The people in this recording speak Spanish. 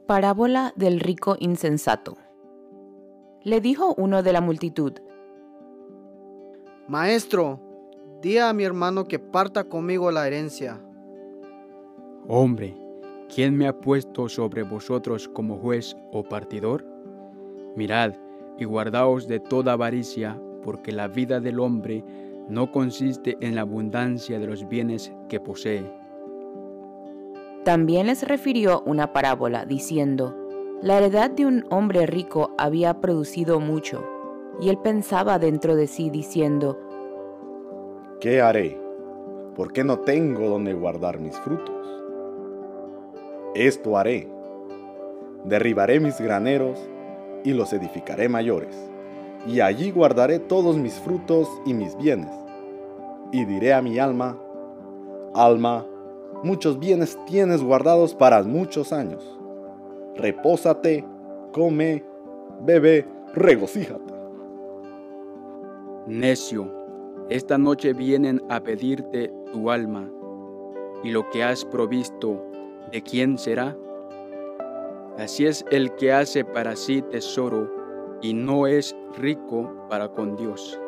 Parábola del rico insensato. Le dijo uno de la multitud: Maestro, di a mi hermano que parta conmigo la herencia. Hombre, ¿quién me ha puesto sobre vosotros como juez o partidor? Mirad y guardaos de toda avaricia, porque la vida del hombre no consiste en la abundancia de los bienes que posee. También les refirió una parábola, diciendo: La heredad de un hombre rico había producido mucho, y él pensaba dentro de sí, diciendo: ¿Qué haré? Porque no tengo donde guardar mis frutos. Esto haré: derribaré mis graneros y los edificaré mayores, y allí guardaré todos mis frutos y mis bienes. Y diré a mi alma: alma, muchos bienes tienes guardados para muchos años. Repósate, come, bebe, regocíjate. Necio, esta noche vienen a pedirte tu alma, y lo que has provisto, ¿de quién será? Así es el que hace para sí tesoro y no es rico para con Dios.